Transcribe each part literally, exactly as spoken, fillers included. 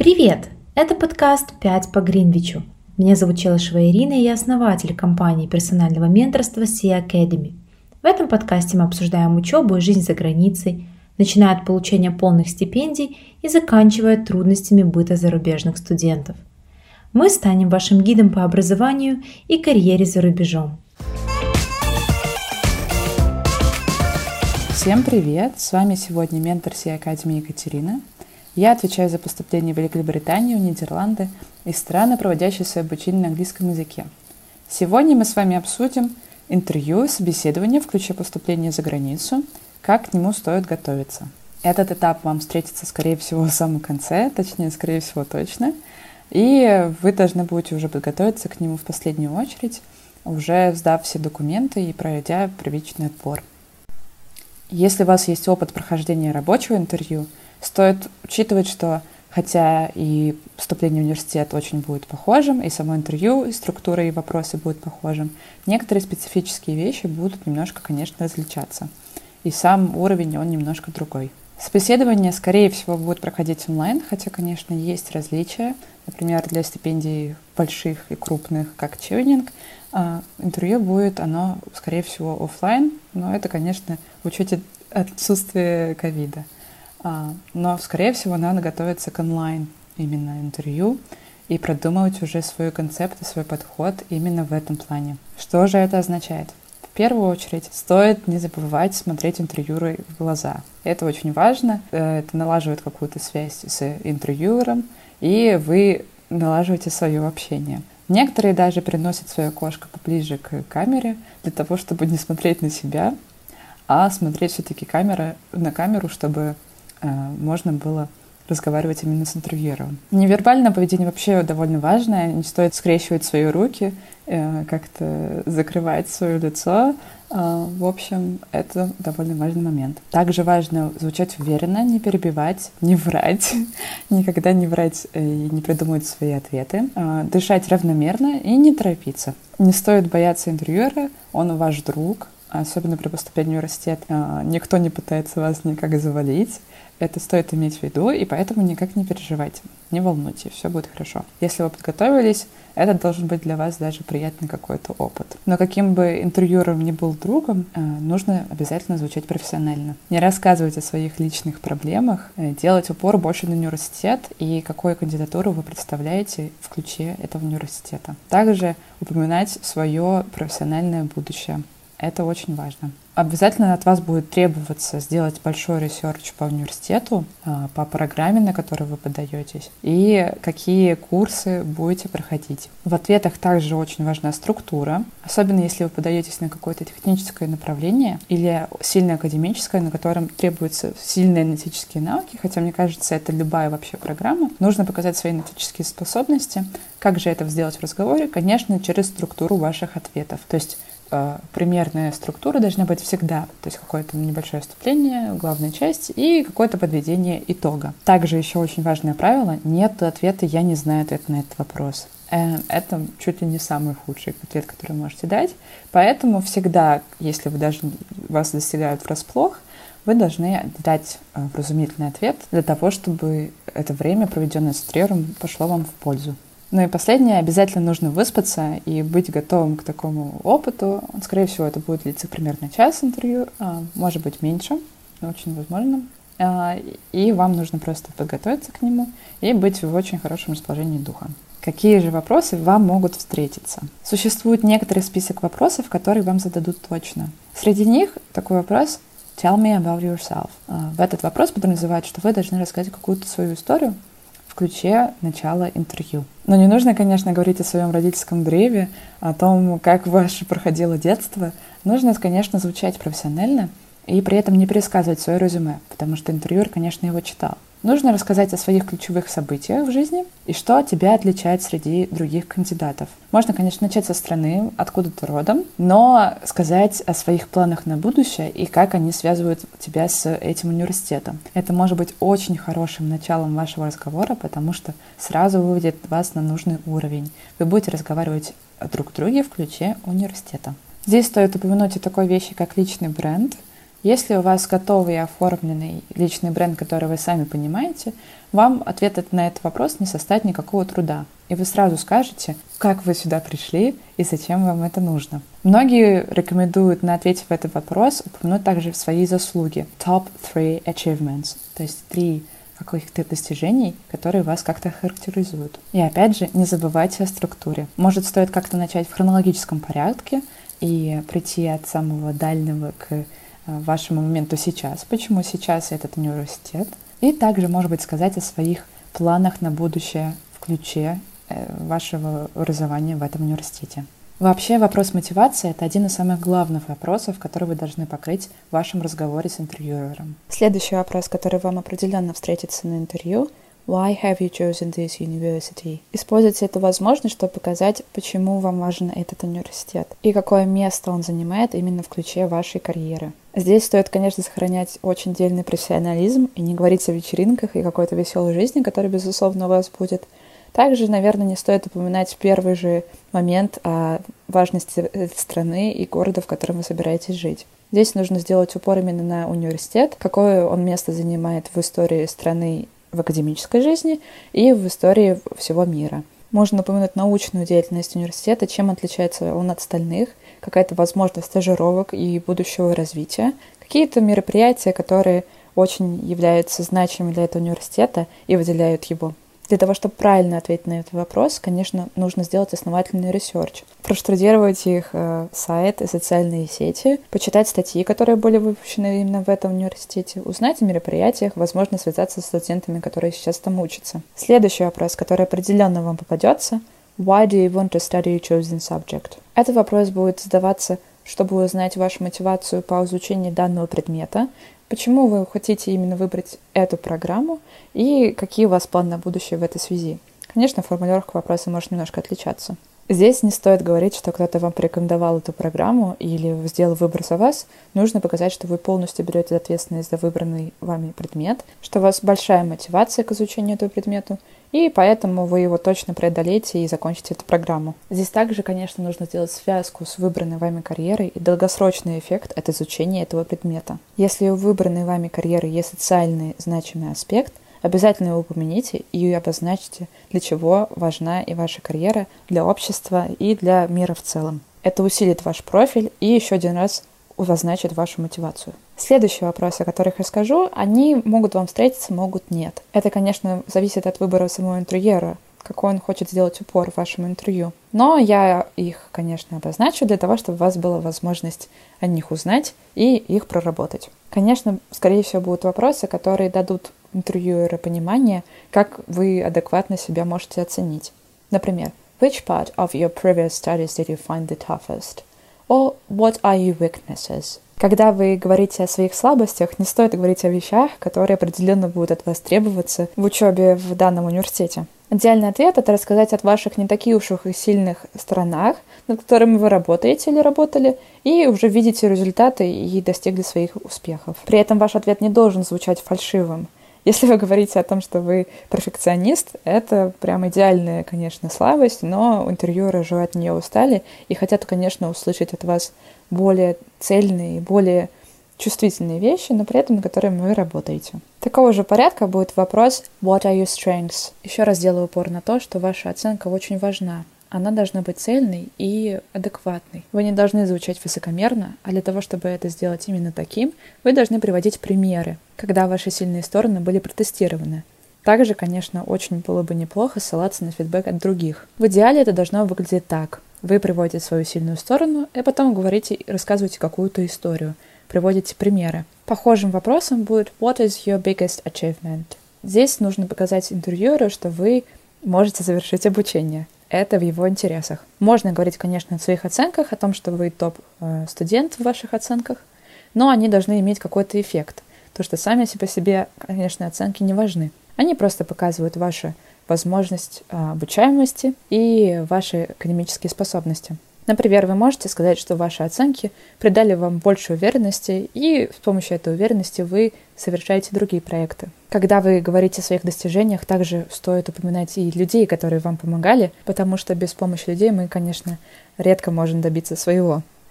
Привет! Это подкаст «пять по Гринвичу». Меня зовут Челышева Ирина, и я основатель компании персонального менторства си Academy. В этом подкасте мы обсуждаем учебу и жизнь за границей, начиная от получения полных стипендий и заканчивая трудностями быта зарубежных студентов. Мы станем вашим гидом по образованию и карьере за рубежом. Всем привет! С вами сегодня ментор си Academy Екатерина. Я отвечаю за поступление в Великобританию, Нидерланды и страны, проводящие свое обучение на английском языке. Сегодня мы с вами обсудим интервью, собеседование в ключе поступления за границу, как к нему стоит готовиться. Этот этап вам встретится, скорее всего, в самом конце, точнее, скорее всего, точно. И вы должны будете уже подготовиться к нему в последнюю очередь, уже сдав все документы и пройдя первичный отбор. Если у вас есть опыт прохождения рабочего интервью, стоит учитывать, что хотя и поступление в университет очень будет похожим, и само интервью, и структура, и вопросы будут похожим, некоторые специфические вещи будут немножко, конечно, различаться. И сам уровень, он немножко другой. Собеседование, скорее всего, будет проходить онлайн, хотя, конечно, есть различия. Например, для стипендий больших и крупных, как Тюнинг, интервью будет, оно, скорее всего, офлайн, но это, конечно, в учете отсутствия ковида. Но, скорее всего, надо готовиться к онлайн именно интервью и продумывать уже свой концепт и свой подход именно в этом плане. Что же это означает? В первую очередь, стоит не забывать смотреть интервьюеру в глаза. Это очень важно. Это налаживает какую-то связь с интервьюером, и вы налаживаете свое общение. Некоторые даже переносят свое окошко поближе к камере для того, чтобы не смотреть на себя, а смотреть все-таки камера, на камеру, чтобы э, можно было разговаривать именно с интервьюером. Невербальное поведение вообще довольно важное. Не стоит скрещивать свои руки, э, как-то закрывать свое лицо. Э, в общем, это довольно важный момент. Также важно звучать уверенно, не перебивать, не врать, никогда не врать и не придумывать свои ответы, э, дышать равномерно и не торопиться. Не стоит бояться интервьюера, он ваш друг. Особенно при поступлении в университет, никто не пытается вас никак завалить. Это стоит иметь в виду, и поэтому никак не переживайте, не волнуйтесь, все будет хорошо. Если вы подготовились, это должен быть для вас даже приятный какой-то опыт. Но каким бы интервьюером ни был другом, нужно обязательно звучать профессионально. Не рассказывать о своих личных проблемах, делать упор больше на университет и какую кандидатуру вы представляете в ключе этого университета. Также упоминать свое профессиональное будущее. Это очень важно. Обязательно от вас будет требоваться сделать большой ресерч по университету, по программе, на которую вы подаетесь, и какие курсы будете проходить. В ответах также очень важна структура, особенно если вы подаетесь на какое-то техническое направление или сильно академическое, на котором требуются сильные аналитические навыки, хотя, мне кажется, это любая вообще программа. Нужно показать свои аналитические способности. Как же это сделать в разговоре? Конечно, через структуру ваших ответов. То есть примерная структура должна быть всегда, то есть какое-то небольшое вступление, главная часть и какое-то подведение итога. Также еще очень важное правило: нет ответа «я не знаю ответ на этот вопрос». Это чуть ли не самый худший ответ, который вы можете дать. Поэтому всегда, если вы даже вас достигают врасплох, вы должны дать вразумительный ответ для того, чтобы это время, проведенное с интервьюером, пошло вам в пользу. Ну и последнее, обязательно нужно выспаться и быть готовым к такому опыту. Скорее всего, это будет длиться примерно час интервью, а может быть меньше, очень возможно. И вам нужно просто подготовиться к нему и быть в очень хорошем расположении духа. Какие же вопросы вам могут встретиться? Существует некоторый список вопросов, которые вам зададут точно. Среди них такой вопрос «Tell me about yourself». В этот вопрос подразумевает, что вы должны рассказать какую-то свою историю в ключе начала интервью. Но не нужно, конечно, говорить о своем родительском древе, о том, как ваше проходило детство. Нужно, конечно, звучать профессионально и при этом не пересказывать свое резюме, потому что интервьюер, конечно, его читал. Нужно рассказать о своих ключевых событиях в жизни и что тебя отличает среди других кандидатов. Можно, конечно, начать со страны, откуда ты родом, но сказать о своих планах на будущее и как они связывают тебя с этим университетом. Это может быть очень хорошим началом вашего разговора, потому что сразу выводит вас на нужный уровень. Вы будете разговаривать друг с другом в ключе университета. Здесь стоит упомянуть о такой вещи, как личный бренд. Если у вас готовый и оформленный личный бренд, который вы сами понимаете, вам ответ на этот вопрос не составит никакого труда. И вы сразу скажете, как вы сюда пришли и зачем вам это нужно. Многие рекомендуют на ответе в этот вопрос упомянуть также свои заслуги. топ три achievements, то есть три каких-то достижений, которые вас как-то характеризуют. И опять же, не забывайте о структуре. Может, стоит как-то начать в хронологическом порядке и прийти от самого дальнего к вашему моменту сейчас. Почему сейчас этот университет? И также, может быть, сказать о своих планах на будущее в ключе вашего образования в этом университете. Вообще, вопрос мотивации — это один из самых главных вопросов, который вы должны покрыть в вашем разговоре с интервьюером. Следующий вопрос, который вам определенно встретится на интервью — Why have you chosen this university? Используйте эту возможность, чтобы показать, почему вам важен этот университет и какое место он занимает именно в ключе вашей карьеры. Здесь стоит, конечно, сохранять очень дельный профессионализм и не говорить о вечеринках и какой-то веселой жизни, которая, безусловно, у вас будет. Также, наверное, не стоит упоминать в первый же момент о важности этой страны и города, в котором вы собираетесь жить. Здесь нужно сделать упор именно на университет, какое он место занимает в истории страны, в академической жизни и в истории всего мира. Можно упомянуть научную деятельность университета, чем отличается он от остальных, какая-то возможность стажировок и будущего развития, какие-то мероприятия, которые очень являются значимыми для этого университета и выделяют его. Для того, чтобы правильно ответить на этот вопрос, конечно, нужно сделать основательный ресерч, проштудировать их э, сайт и социальные сети, почитать статьи, которые были выпущены именно в этом университете, узнать о мероприятиях, возможно, связаться с студентами, которые сейчас там учатся. Следующий вопрос, который определенно вам попадется — Why do you want to study your chosen subject? Этот вопрос будет задаваться, чтобы узнать вашу мотивацию по изучению данного предмета, почему вы хотите именно выбрать эту программу и какие у вас планы на будущее в этой связи. Конечно, формулировка вопроса может немножко отличаться. Здесь не стоит говорить, что кто-то вам порекомендовал эту программу или сделал выбор за вас. Нужно показать, что вы полностью берете ответственность за выбранный вами предмет, что у вас большая мотивация к изучению этого предмета, и поэтому вы его точно преодолеете и закончите эту программу. Здесь также, конечно, нужно сделать связку с выбранной вами карьерой и долгосрочный эффект от изучения этого предмета. Если у выбранной вами карьеры есть социальный значимый аспект, обязательно его упомяните и обозначьте, для чего важна и ваша карьера для общества и для мира в целом. Это усилит ваш профиль и еще один раз обозначит вашу мотивацию. Следующие вопросы, о которых я скажу, они могут вам встретиться, могут нет. Это, конечно, зависит от выбора самого интервьюера, какой он хочет сделать упор в вашем интервью. Но я их, конечно, обозначу для того, чтобы у вас была возможность о них узнать и их проработать. Конечно, скорее всего, будут вопросы, которые дадут интервьюера понимание, как вы адекватно себя можете оценить. Например, which part of your previous studies did you find the toughest? Or what are your weaknesses? Когда вы говорите о своих слабостях, не стоит говорить о вещах, которые определенно будут от вас требоваться в учебе в данном университете. Идеальный ответ — это рассказать о ваших не таких уж и сильных сторонах, над которыми вы работаете или работали, и уже видите результаты и достигли своих успехов. При этом ваш ответ не должен звучать фальшивым. Если вы говорите о том, что вы перфекционист, это прям идеальная, конечно, слабость, но интервьюеры уже от нее устали и хотят, конечно, услышать от вас более цельные, более чувствительные вещи, но при этом на которыми вы работаете. Такого же порядка будет вопрос «What are your strengths?». Еще раз делаю упор на то, что ваша оценка очень важна. Она должна быть цельной и адекватной. Вы не должны звучать высокомерно, а для того, чтобы это сделать именно таким, вы должны приводить примеры, когда ваши сильные стороны были протестированы. Также, конечно, очень было бы неплохо ссылаться на фидбэк от других. В идеале это должно выглядеть так. Вы приводите свою сильную сторону, и потом говорите и рассказываете какую-то историю, приводите примеры. Похожим вопросом будет «What is your biggest achievement?». Здесь нужно показать интервьюеру, что вы можете завершить обучение. Это в его интересах. Можно говорить, конечно, о своих оценках, о том, что вы топ-студент в ваших оценках, но они должны иметь какой-то эффект. То, что сами по себе, конечно, оценки не важны. Они просто показывают вашу возможность обучаемости и ваши академические способности. Например, вы можете сказать, что ваши оценки придали вам больше уверенности, и с помощью этой уверенности вы совершаете другие проекты. Когда вы говорите о своих достижениях, также стоит упоминать и людей, которые вам помогали, потому что без помощи людей мы, конечно, редко можем добиться своего.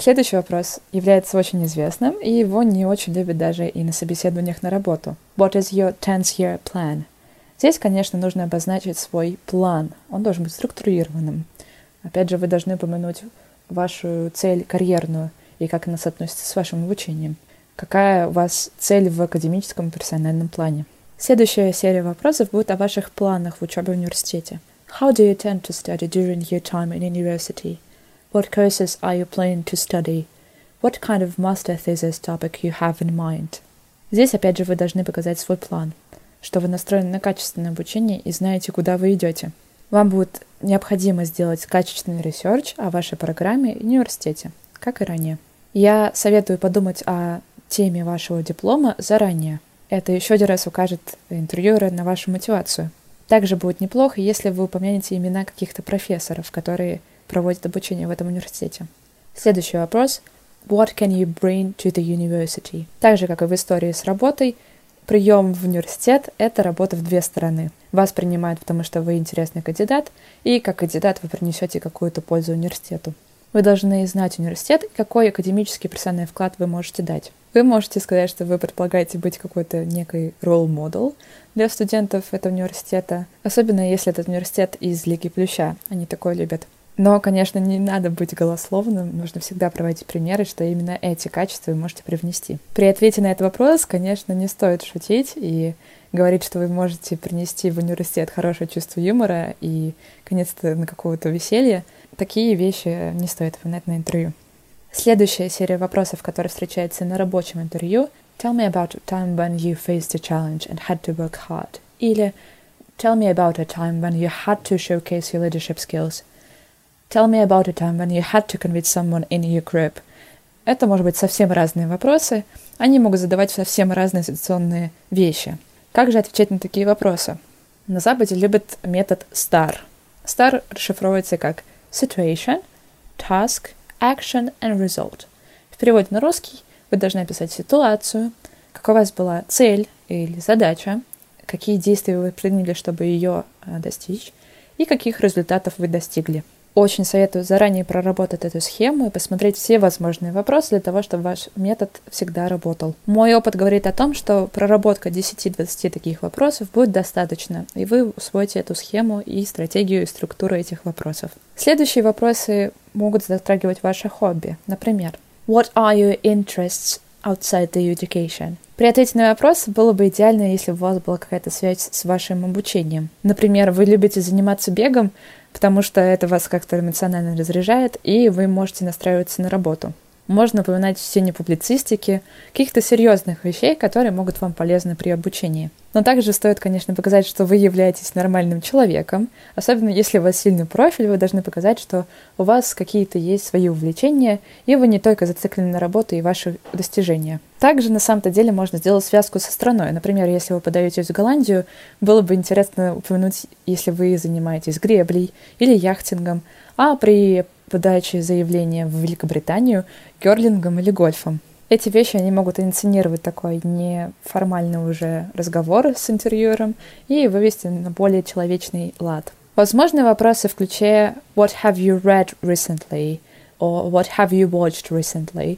Следующий вопрос является очень известным, и его не очень любят даже и на собеседованиях на работу. What is your tenth-year plan? Здесь, конечно, нужно обозначить свой план. Он должен быть структурированным. Опять же, вы должны упомянуть вашу цель карьерную и как она соотносится с вашим обучением. Какая у вас цель в академическом и профессиональном плане? Следующая серия вопросов будет о ваших планах в учебе в университете. How do you intend to study during your time in university? What courses are you planning to study? What kind of master thesis topic you have in mind? Здесь, опять же, вы должны показать свой план, что вы настроены на качественное обучение и знаете, куда вы идете. Вам будет необходимо сделать качественный ресерч о вашей программе и университете, как и ранее. Я советую подумать о теме вашего диплома заранее. Это еще один раз укажет интервьюера на вашу мотивацию. Также будет неплохо, если вы упомянете имена каких-то профессоров, которые проводят обучение в этом университете. Следующий вопрос. What can you bring to the university? Так же, как и в истории с работой, прием в университет — это работа в две стороны. Вас принимают, потому что вы интересный кандидат, и как кандидат вы принесете какую-то пользу университету. Вы должны знать университет и какой академический профессиональный вклад вы можете дать. Вы можете сказать, что вы предполагаете быть какой-то некой role model для студентов этого университета, особенно если этот университет из Лиги Плюща, они такое любят. Но, конечно, не надо быть голословным, нужно всегда проводить примеры, что именно эти качества вы можете привнести. При ответе на этот вопрос, конечно, не стоит шутить и говорить, что вы можете принести в университет хорошее чувство юмора и, наконец-то, на какого-то веселья. Такие вещи не стоит упоминать на интервью. Следующая серия вопросов, которая встречается на рабочем интервью. Tell me about a time when you faced a challenge and had to work hard. Или Tell me about a time when you had to showcase your leadership skills. Tell me about a time when you had to convince someone in your group. Это, может быть, совсем разные вопросы. Они могут задавать совсем разные ситуационные вещи. Как же отвечать на такие вопросы? На Западе любят метод стар. стар расшифровывается как situation, task, action and result. В переводе на русский вы должны описать ситуацию, какая у вас была цель или задача, какие действия вы приняли, чтобы ее достичь, и каких результатов вы достигли. Очень советую заранее проработать эту схему и посмотреть все возможные вопросы для того, чтобы ваш метод всегда работал. Мой опыт говорит о том, что проработка десять-двадцать таких вопросов будет достаточно, и вы усвоите эту схему и стратегию и структуру этих вопросов. Следующие вопросы могут затрагивать ваше хобби. Например, What are your interests outside the education? При ответе на вопрос было бы идеально, если бы у вас была какая-то связь с вашим обучением. Например, вы любите заниматься бегом, потому что это вас как-то эмоционально разряжает, и вы можете настраиваться на работу. Можно упоминать чтение публицистики, каких-то серьезных вещей, которые могут вам полезны при обучении. Но также стоит, конечно, показать, что вы являетесь нормальным человеком. Особенно если у вас сильный профиль, вы должны показать, что у вас какие-то есть свои увлечения, и вы не только зациклены на работу и ваши достижения. Также, на самом-то деле, можно сделать связку со страной. Например, если вы подаетесь в Голландию, было бы интересно упомянуть, если вы занимаетесь греблей или яхтингом, а при подаче заявления в Великобританию кёрлингом или гольфом. Эти вещи, они могут инициировать такой неформальный уже разговор с интервьюером и вывести на более человечный лад. Возможные вопросы в ключе What have you read recently? Or What have you watched recently?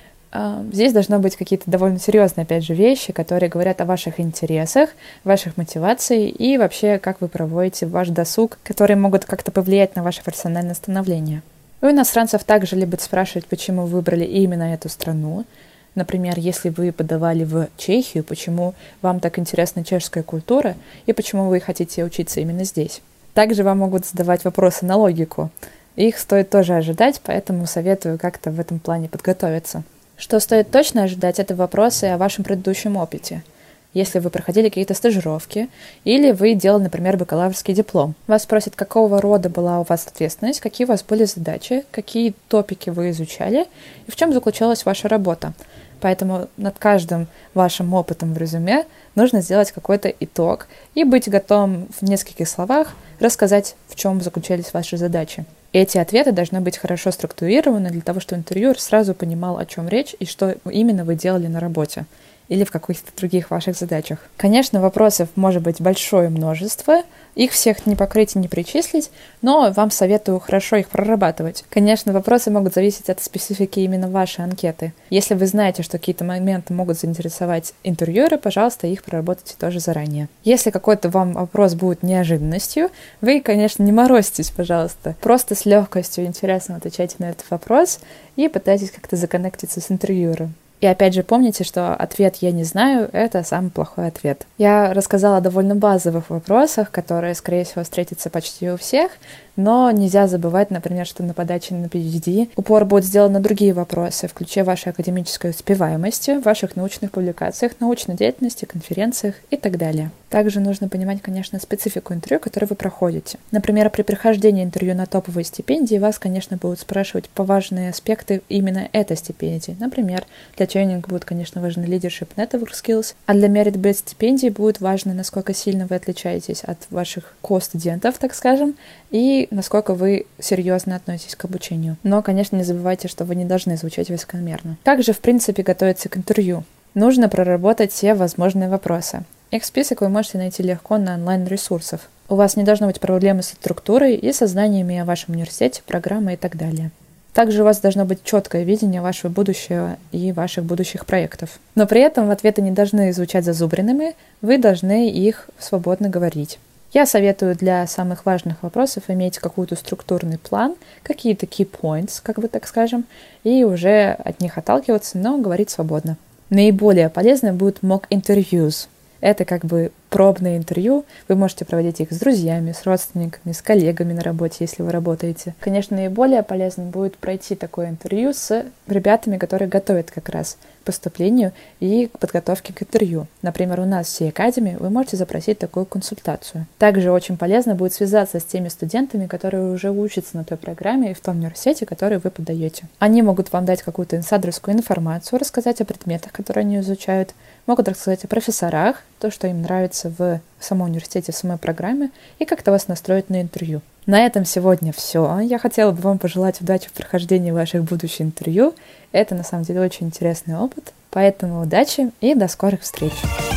Здесь должны быть какие-то довольно серьезные, опять же, вещи, которые говорят о ваших интересах, ваших мотивациях и вообще, как вы проводите ваш досуг, которые могут как-то повлиять на ваше профессиональное становление. У иностранцев также любят спрашивать, почему вы выбрали именно эту страну. Например, если вы подавали в Чехию, почему вам так интересна чешская культура и почему вы хотите учиться именно здесь. Также вам могут задавать вопросы на логику. Их стоит тоже ожидать, поэтому советую как-то в этом плане подготовиться. Что стоит точно ожидать, это вопросы о вашем предыдущем опыте. Если вы проходили какие-то стажировки, или вы делали, например, бакалаврский диплом. Вас спросят, какого рода была у вас ответственность, какие у вас были задачи, какие топики вы изучали, и в чем заключалась ваша работа. Поэтому над каждым вашим опытом в резюме нужно сделать какой-то итог и быть готовым в нескольких словах рассказать, в чем заключались ваши задачи. Эти ответы должны быть хорошо структурированы для того, чтобы интервьюер сразу понимал, о чем речь и что именно вы делали на работе. или в каких-то других ваших задачах. Конечно, вопросов может быть большое множество, их всех не покрыть и не перечислить, но вам советую хорошо их прорабатывать. Конечно, вопросы могут зависеть от специфики именно вашей анкеты. Если вы знаете, что какие-то моменты могут заинтересовать интервьюера, пожалуйста, их проработайте тоже заранее. Если какой-то вам вопрос будет неожиданностью, вы, конечно, не морозьтесь, пожалуйста. Просто с легкостью и интересом отвечайте на этот вопрос и пытайтесь как-то законнектиться с интервьюером. И опять же, помните, что ответ «я не знаю» — это самый плохой ответ. Я рассказала о довольно базовых вопросах, которые, скорее всего, встретятся почти у всех, но нельзя забывать, например, что на подаче на пи эйч ди упор будет сделан на другие вопросы, включая вашей академической успеваемости, ваших научных публикациях, научной деятельности, конференциях и так далее. Также нужно понимать, конечно, специфику интервью, которое вы проходите. Например, при прохождении интервью на топовые стипендии вас, конечно, будут спрашивать по важные аспекты именно этой стипендии. Например, для тренинга будут, конечно, важны leadership network skills, а для merit-based стипендий будет важно, насколько сильно вы отличаетесь от ваших ко-студентов, так скажем, и насколько вы серьезно относитесь к обучению. Но, конечно, не забывайте, что вы не должны звучать высокомерно. Также, в принципе, готовиться к интервью. Нужно проработать все возможные вопросы. Их список вы можете найти легко на онлайн-ресурсах. У вас не должно быть проблем со структурой и со знаниями о вашем университете, программы и так далее. Также у вас должно быть четкое видение вашего будущего и ваших будущих проектов. Но при этом ответы не должны звучать зазубренными, вы должны их свободно говорить. Я советую для самых важных вопросов иметь какой-то структурный план, какие-то key points, как бы так скажем, и уже от них отталкиваться, но говорить свободно. Наиболее полезны будут mock interviews. Это как бы пробные интервью. Вы можете проводить их с друзьями, с родственниками, с коллегами на работе, если вы работаете. Конечно, наиболее полезно будет пройти такое интервью с ребятами, которые готовят как раз к поступлению и к подготовке к интервью. Например, у нас в си эй Academy вы можете запросить такую консультацию. Также очень полезно будет связаться с теми студентами, которые уже учатся на той программе и в том университете, который вы подаете. Они могут вам дать какую-то инсайдерскую информацию, рассказать о предметах, которые они изучают, могут рассказать о профессорах, то, что им нравится в самом университете, в самой программе, и как-то вас настроить на интервью. На этом сегодня все. Я хотела бы вам пожелать удачи в прохождении ваших будущих интервью. Это, на самом деле, очень интересный опыт. Поэтому удачи и до скорых встреч!